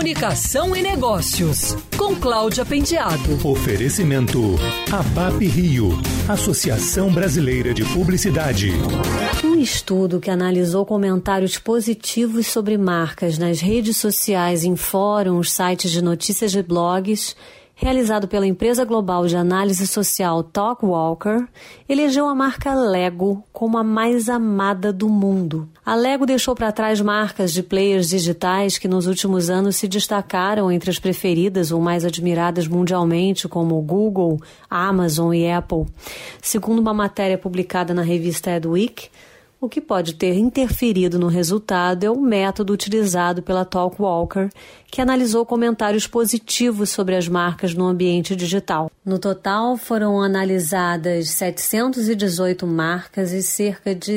Comunicação e Negócios, com Cláudia Penteado. Oferecimento ABAP Rio, Associação Brasileira de Publicidade. Um estudo que analisou comentários positivos sobre marcas nas redes sociais, em fóruns, sites de notícias e blogs, realizado pela empresa global de análise social Talkwalker, elegeu a marca Lego como a mais amada do mundo. A Lego deixou para trás marcas de players digitais que nos últimos anos se destacaram entre as preferidas ou mais admiradas mundialmente, como Google, Amazon e Apple. Segundo uma matéria publicada na revista Adweek, o que pode ter interferido no resultado é o método utilizado pela Talkwalker, que analisou comentários positivos sobre as marcas no ambiente digital. No total, foram analisadas 718 marcas e cerca de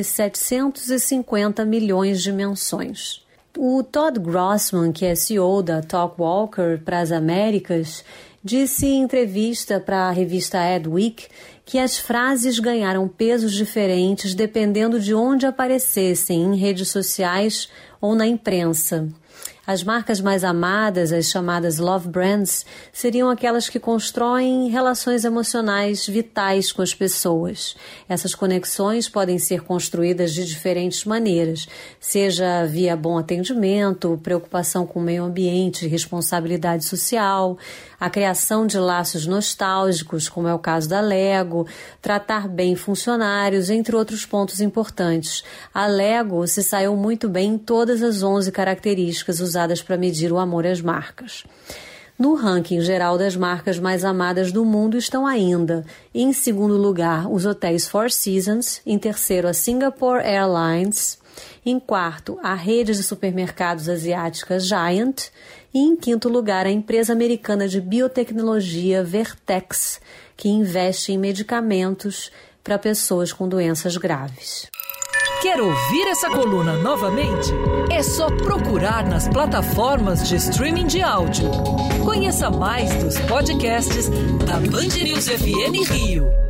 750 milhões de menções. O Todd Grossman, que é CEO da Talkwalker para as Américas, disse em entrevista para a revista Adweek que as frases ganharam pesos diferentes dependendo de onde aparecessem, em redes sociais ou na imprensa. As marcas mais amadas, as chamadas love brands, seriam aquelas que constroem relações emocionais vitais com as pessoas. Essas conexões podem ser construídas de diferentes maneiras, seja via bom atendimento, preocupação com o meio ambiente, responsabilidade social, a criação de laços nostálgicos, como é o caso da Lego, tratar bem funcionários, entre outros pontos importantes. A Lego se saiu muito bem em todas as 11 características usadas para medir o amor às marcas. No ranking geral das marcas mais amadas do mundo estão ainda, em segundo lugar, os hotéis Four Seasons, em terceiro, a Singapore Airlines, em quarto, a rede de supermercados asiática Giant e em quinto lugar, a empresa americana de biotecnologia Vertex, que investe em medicamentos para pessoas com doenças graves. Quer ouvir essa coluna novamente? É só procurar nas plataformas de streaming de áudio. Conheça mais dos podcasts da Band News FM Rio.